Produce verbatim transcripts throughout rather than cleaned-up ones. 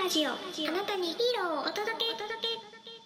ジオ、あなたにヒーローをお届けお届け。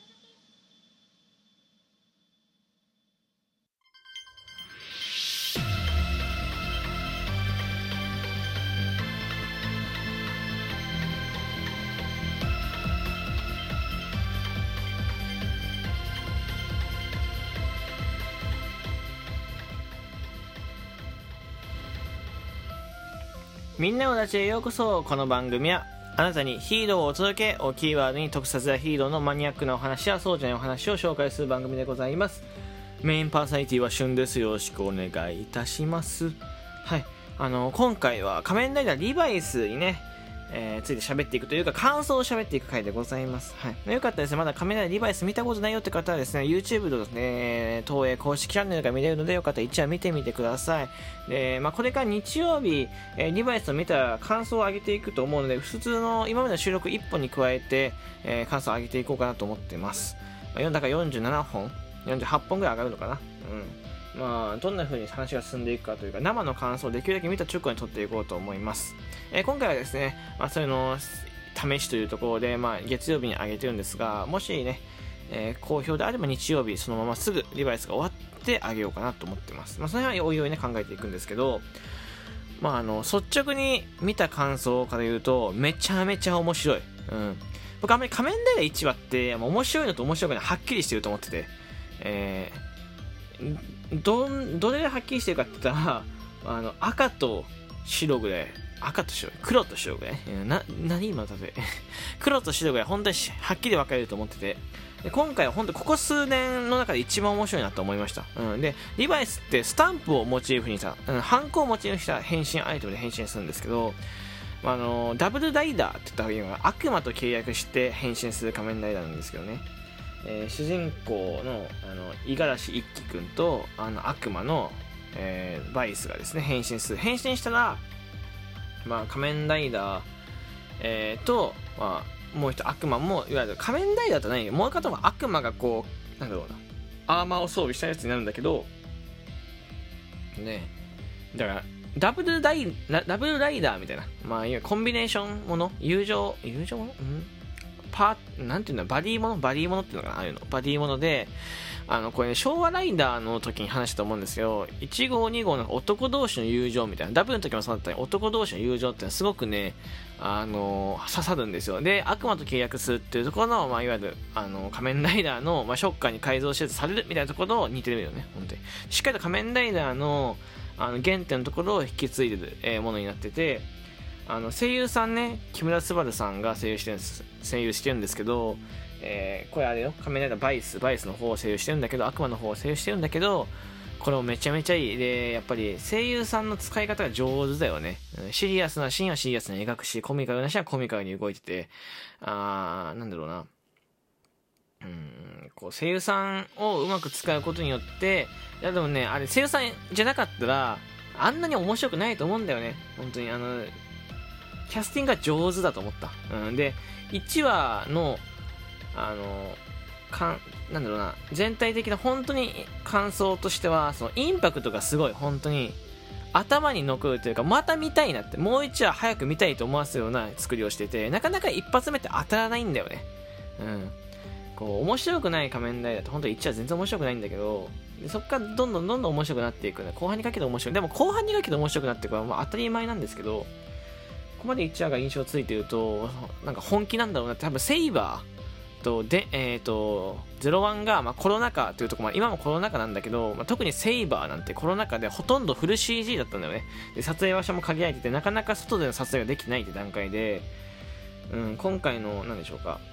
みんなのラジオへようこそ。この番組はあなたにヒーローをお届けをキーワードに特撮やヒーローのマニアックなお話やそうじゃないお話を紹介する番組でございます。メインパーソナリティは旬です。よろしくお願いいたします。はい、あの今回は仮面ライダーリバイスにね、えー、ついて喋っていくというか感想を喋っていく回でございます。はい、よかったですね。まだ仮面ライダーリバイス見たことないよって方はですね、 YouTube の、ね、東映公式チャンネルが見れるのでよかったら一話見てみてください。で、まあ、これから日曜日、えー、リバイスを見たら感想を上げていくと思うので、普通の今までの収録いっぽんに加えて、えー、感想を上げていこうかなと思ってます。まあ、だからよんじゅうななほんよんじゅうはっぽんぐらい上がるのかな。うん、まあ、どんな風に話が進んでいくかというか、生の感想をできるだけ見た直後に撮っていこうと思います。えー、今回はですね、まあ、そういうのを試しというところで、まあ、月曜日に上げてるんですが、もしね、えー、好評であれば日曜日そのまますぐリバイスが終わってあげようかなと思ってます。まあ、その辺はおいおいね考えていくんですけど、まあ、あの率直に見た感想から言うとめちゃめちゃ面白い。うん、僕あんまり仮面ライダーいちわって面白いのと面白くないはっきりしてると思ってて、えー、どどれがはっきりしてるかって言ったら、あの赤と白ぐらい、赤と白、黒と白ぐらい、な、何今の例え黒と白ぐらい本当にはっきり分かれると思ってて、で今回は本当ここ数年の中で一番面白いなと思いました。うん、でリバイスってスタンプをモチーフにした、うん、ハンコをモチーフにした変身アイテムで変身するんですけど、あのダブルライダーって言った方がいいのが、悪魔と契約して変身する仮面ライダーなんですけどね、えー、主人公のあの五十嵐一輝くんとあの悪魔の、えー、バイスがですね変身する。変身したら、まあ、仮面ライダー、えー、と、まあ、もう一人悪魔も、いわゆる仮面ライダーと何もう一方は悪魔がこうなんだろうな、アーマーを装備したやつになるんだけどね、だからダブルライダブルライダーみたいな、まあ、いわゆるコンビネーションもの、友情友情もの、うんパーなんていうんだ、バディものバディものっていうのかな、ああいうのバディもので、あのこれね昭和ライダーの時に話したと思うんですよ。いち号に号の男同士の友情みたいな、ダブルの時もそうだったように男同士の友情ってのはすごくね、あの刺さるんですよ。で悪魔と契約するっていうところの、まあ、いわゆるあの仮面ライダーの、まあ、ショッカーに改造手術されるみたいなところを似てるよね。本当にしっかりと仮面ライダーの、あの原点のところを引き継いでる、えー、ものになってて、あの声優さんね、木村昴さんが声優してるんです声優してるんですけど、えー、これあれよ、仮面ライダーバイスバイスの方を声優してるんだけど、悪魔の方を声優してるんだけど、これもめちゃめちゃいい。でやっぱり声優さんの使い方が上手だよね。シリアスなシーンはシリアスに描くし、コミカルなシーンはコミカルに動いてて、あーなんだろうな、うーんこう声優さんをうまく使うことによって、いやでもね、あれ声優さんじゃなかったらあんなに面白くないと思うんだよね。本当にあのキャスティングが上手だと思った。うん、でいちわのあのかんなんだろうな、全体的な本当に感想としては、そのインパクトがすごい、本当に頭に残るというか、また見たいなって、もう一話早く見たいと思わせるような作りをしてて、なかなか一発目って当たらないんだよね。うん、こう面白くない仮面ライダーって本当にいちわ全然面白くないんだけど、でそっからどんどんどんどん面白くなっていく、後半にかけて面白い。でも後半にかけて面白くなっていくのは、まあ、当たり前なんですけど、ここまでいちわが印象ついてると、なんか本気なんだろうなって。多分セイバーとで、えー、とゼロワンが、まあ、コロナ禍というところ、まあ、今もコロナ禍なんだけど、まあ、特にセイバーなんてコロナ禍でほとんどフル シージー だったんだよね。で撮影場所も限られてて、なかなか外での撮影ができないって段階で、うん、今回の何でしょうか、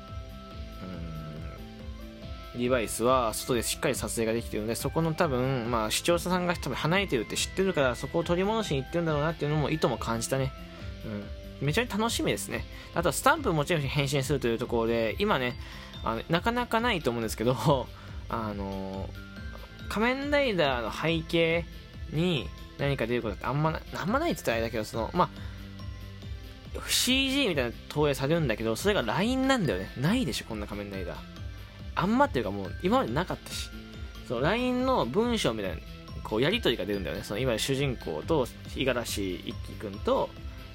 うん、リバイスは外でしっかり撮影ができてるので、そこの多分、まあ、視聴者さんが多分離れてるって知ってるから、そこを取り戻しに行ってるんだろうなっていうのも意図も感じたね。うん、めちゃめちゃ楽しみですね。あとはスタンプモチーフに変身するというところで、今ね、あのなかなかないと思うんですけど、あの仮面ライダーの背景に何か出ることってあんまなあんまないって言ったらあれだけど、そのまあ シージー みたいな投影されるんだけど、それが ライン なんだよね。ないでしょこんな仮面ライダー。あんまっていうかもう今までなかったし、その ライン の文章みたいなこうやり取りが出るんだよね。そのいわゆる主人公と五十嵐一輝くんと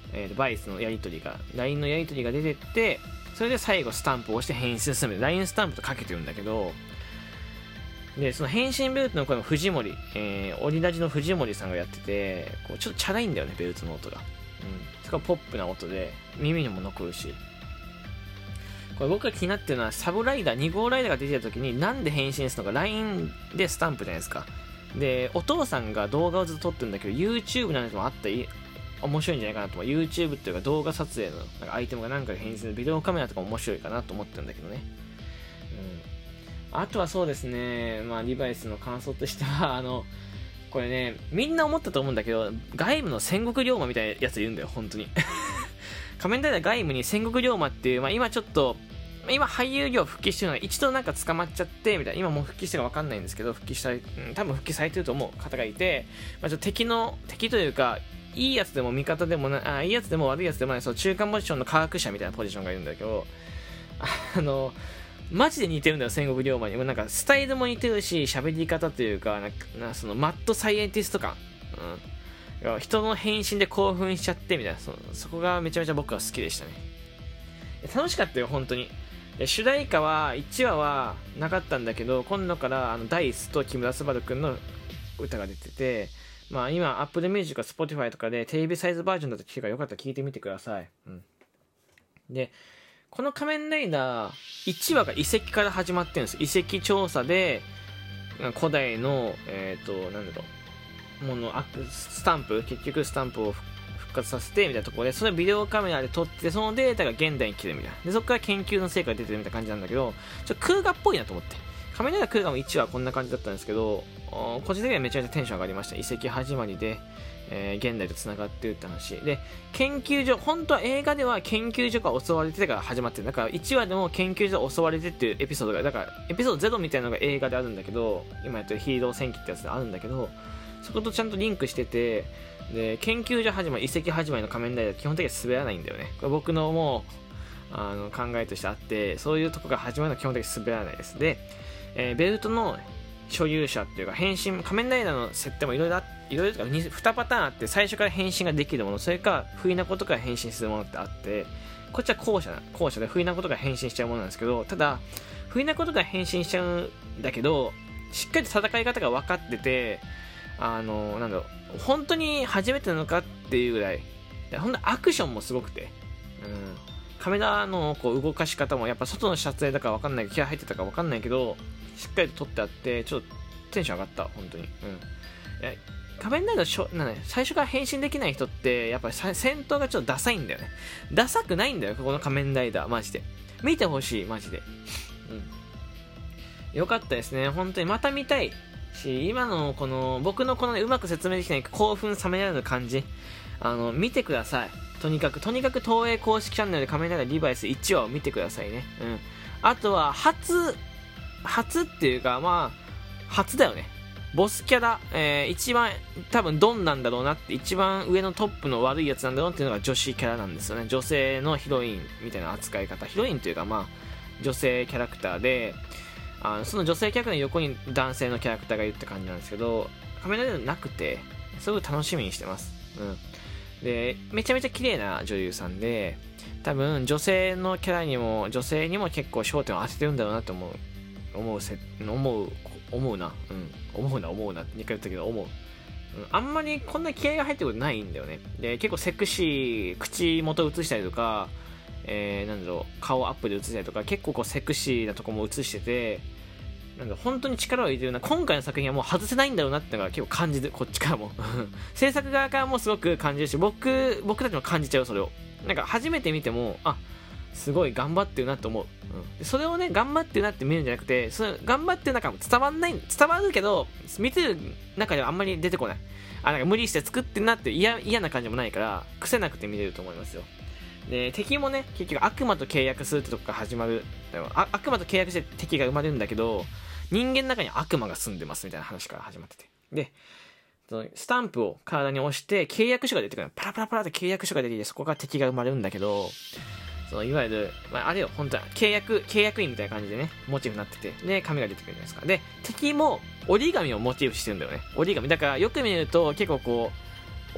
えー、バイスのやり取りが ライン のやり取りが出てって、それで最後スタンプを押して返信する。 ライン スタンプとかけてるんだけど、でその返信ベルトの声も藤森、えー、オリラジの藤森さんがやってて、こうちょっとチャラいんだよね、ベルトの音が。うん、それからポップな音で耳にも残るし、これ僕が気になってるのは、サブライダーに号ライダーが出てた時になんで返信するのか。 ライン でスタンプじゃないですか。でお父さんが動画をずっと撮ってるんだけど YouTube なんてもあったり面白いんじゃないかなと思う。 YouTube っていうか動画撮影のなんかアイテムがなんかで返信するビデオカメラとか面白いかなと思ってるんだけどね。うん、あとはそうですね、まあリバイスの感想としては、あのこれね、みんな思ったと思うんだけど、外部の戦国龍馬みたいなやついるんだよ本当に仮面ライダー外部に戦国龍馬っていう、まあ、今ちょっと今俳優業復帰してるのが一度なんか捕まっちゃってみたいな、今もう復帰してるか分かんないんですけど、復帰したい、うん、多分復帰されてると思う方がいて、まあ、ちょっと敵の敵というかいいやつでも味方でもなあいいやつでも悪いやつでもない、その中間ポジションの科学者みたいなポジションがいるんだけど、あのマジで似てるんだよ戦国龍馬に。なんかスタイルも似てるし、喋り方というか、なんかなそのマッドサイエンティスト感、うん、人の変身で興奮しちゃってみたいな、 そ, そこがめちゃめちゃ僕は好きでしたね。楽しかったよ本当に。主題歌はいちわはなかったんだけど、今度からあのダイスと木村昴くんの歌が出てて、まあ今 Apple Music か Spotify とかでテレビサイズバージョンだと聞くからよかったら聞いてみてください。うん、でこの仮面ライダーいちわが遺跡から始まってるんです。遺跡調査で古代のえっ、ー、となんだろうものスタンプ、結局スタンプを復活させてみたいなところで、それをビデオカメラで撮って、そのデータが現代に来てるみたいな。でそこから研究の成果が出てるみたいな感じなんだけど、ちょっと空画っぽいなと思って、仮面ライダー空画もいちわこんな感じだったんですけど、個人的にはめちゃめちゃテンション上がりました。遺跡始まりで、えー、現代と繋がってるって話で、研究所、本当は映画では研究所が襲われてから始まってる。だからいちわでも研究所が襲われてっていうエピソードが、だからエピソードゼロみたいなのが映画であるんだけど、今やってるヒーロー戦記ってやつであるんだけど、そことちゃんとリンクしてて、で研究所始まり、遺跡始まりの仮面ライダー基本的には滑らないんだよね。これ僕のもうあの考えとしてあって、そういうとこが始まるのは基本的に滑らないです。で、えー、ベルトの所有者っていうか変身、仮面ライダーの設定もいろいろいろいろとかにパターンあって、最初から変身ができるもの、それから不意なことから変身するものってあって、こっちは後者後者で不意なことから変身しちゃうものなんですけど、ただ不意なことから変身しちゃうんだけど、しっかりと戦い方が分かってて、あのなんだろう、本当に初めてなのかっていうぐらい、ほんとアクションもすごくて、うん、カメラのこう動かし方もやっぱ外の撮影だから分かんないけど、気合入ってたか分かんないけど、しっかりと撮ってあって、ちょっとテンション上がった本当に。うん、仮面ライダーしょな、ね、最初から変身できない人ってやっぱり戦闘がちょっとダサいんだよね。ダサくないんだよこの仮面ライダー、マジで見てほしい、マジで。うん、よかったですね本当に。また見たいし、今のこの僕のこの、ね、うまく説明できない興奮冷められる感じ、あの見てください。とにかくとにかく東映公式チャンネルで仮面ライダーリバイスいちわを見てくださいね。うん、あとは初初っていうか、まあ初だよね、ボスキャラ、えー、一番多分ドンなんだろうなって、一番上のトップの悪いやつなんだろうっていうのが女子キャラなんですよね。女性のヒロインみたいな扱い方、ヒロインというかまあ女性キャラクターで、あのその女性キャラクターの横に男性のキャラクターがいるって感じなんですけど、仮面ライダーなくてすごい楽しみにしてます。うん、でめちゃめちゃ綺麗な女優さんで、多分女性のキャラにも女性にも結構焦点を当ててるんだろうなと思う思うせ思う思うな、うん、思うな思うなってにかい言ったけど思う、うん、あんまりこんな気合が入ってることないんだよね。で結構セクシー、口元映したりとか、えー、なんだろう、顔アップで映したりとか、結構こうセクシーなとこも映してて、なんだ本当に力を入れてるな、今回の作品はもう外せないんだろうなってのが結構感じる、こっちからも制作側からもすごく感じるし、僕僕たちも感じちゃう。それをなんか初めて見ても、あ、すごい頑張ってるなと思う、うん、でそれをね頑張ってるなって見るんじゃなくて、それ頑張ってる中も伝わんない、伝わるけど見てる中ではあんまり出てこない、あ、なんか無理して作ってるなって嫌嫌な感じもないから、癖なくて見れると思いますよ。で敵もね結局悪魔と契約するってとこから始まる。あ悪魔と契約して敵が生まれるんだけど、人間の中に悪魔が住んでますみたいな話から始まってて、でスタンプを体に押して契約書が出てくる、パラパラパラって契約書が出てきて、そこから敵が生まれるんだけど、そのいわゆる、まあ、あれよ本当は契約契約員みたいな感じでねモチーフになってて、で紙が出てくるじゃないですか。で敵も折り紙をモチーフしてるんだよね。折り紙だからよく見ると結構こう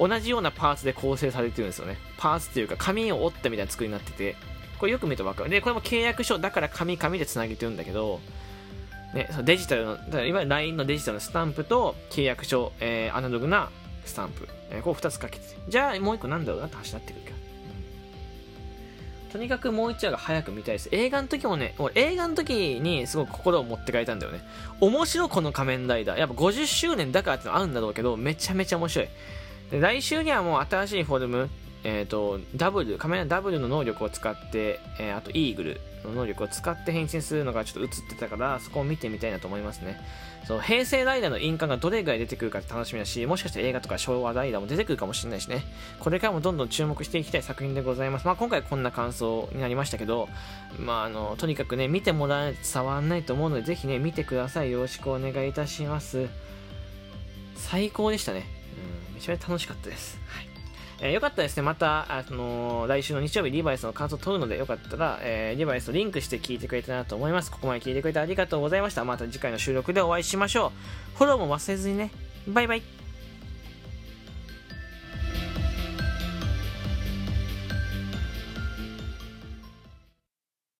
同じようなパーツで構成されてるんですよね。パーツっていうか紙を折ったみたいな作りになってて、これよく見ると分かる。でこれも契約書だから紙紙でつなげてるんだけど、ね、そのデジタルの、だからいわゆる ライン のデジタルのスタンプと契約書、えー、アナログなスタンプ、えー、こうふたつかけてて、じゃあもういっこなんだろうなって話になってくるけど、うん、とにかくもういちわが早く見たいです。映画の時もね、俺映画の時にすごく心を持ってかれたんだよね。面白いこの仮面ライダー、やっぱごじゅっしゅうねんだからってのあるんだろうけど、めちゃめちゃ面白い。で来週にはもう新しいフォルム、えーと、ダブル、仮面ライダーダブルの能力を使って、えー、あとイーグルの能力を使って変身するのがちょっと映ってたから、そこを見てみたいなと思いますね。そう、平成ライダーの印鑑がどれぐらい出てくるか楽しみだし、もしかしたら映画とか昭和ライダーも出てくるかもしれないしね。これからもどんどん注目していきたい作品でございます。まあ今回こんな感想になりましたけど、まああの、とにかくね、見てもらわないと伝わらないと思うので、ぜひね、見てください。よろしくお願いいたします。最高でしたね。うん、めちゃめちゃ楽しかったです。はい。えー、よかったですね。また、あのー、来週の日曜日、リバイスの感想を取るので、よかったら、えー、リバイスとリンクして聞いてくれたなと思います。ここまで聞いてくれてありがとうございました。また次回の収録でお会いしましょう。フォローも忘れずにね。バイバイ。